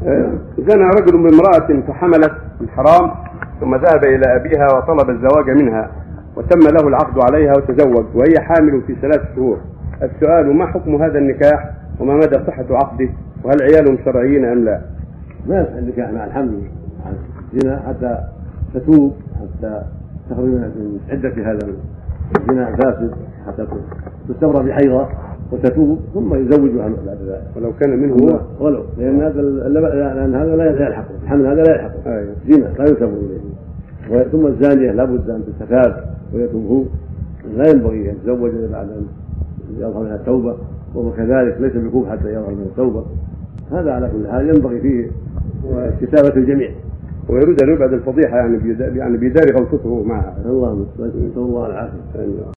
زنى رجل بامرأة فحملت الحرام ثم ذهب إلى أبيها وطلب الزواج منها وتم له العقد عليها وتزوج وهي حامل في 3 شهور. السؤال: ما حكم هذا النكاح وما مدى صحة عقده وهل عيالهم شرعيين أم لا؟ ما يصح النكاح مع الحمل عن الزنا حتى تتوب، حتى تخرج من عدة هذا الزنا الفاسد، حتى تستمر بحيضة وتتوب ثم يزوجها بعد ذلك ولو كان منه ولو، لأن هذا لا يلحقه، الحمل هذا لا يلحقه، زنا لا ينسب إليه. ثم الزانية لابد أن تستتاب ويتوب هو، لا ينبغي أن يتزوج بعد أن يظهر منها التوبة، وهو كذلك ليس بكوف حتى يظهر منها التوبة. هذا على كل حال ينبغي فيه كتابة الجميع، ويريد أن يبعد الفضيحة يعني بيداري غلطته معها. اللهم نسأل الله العافية.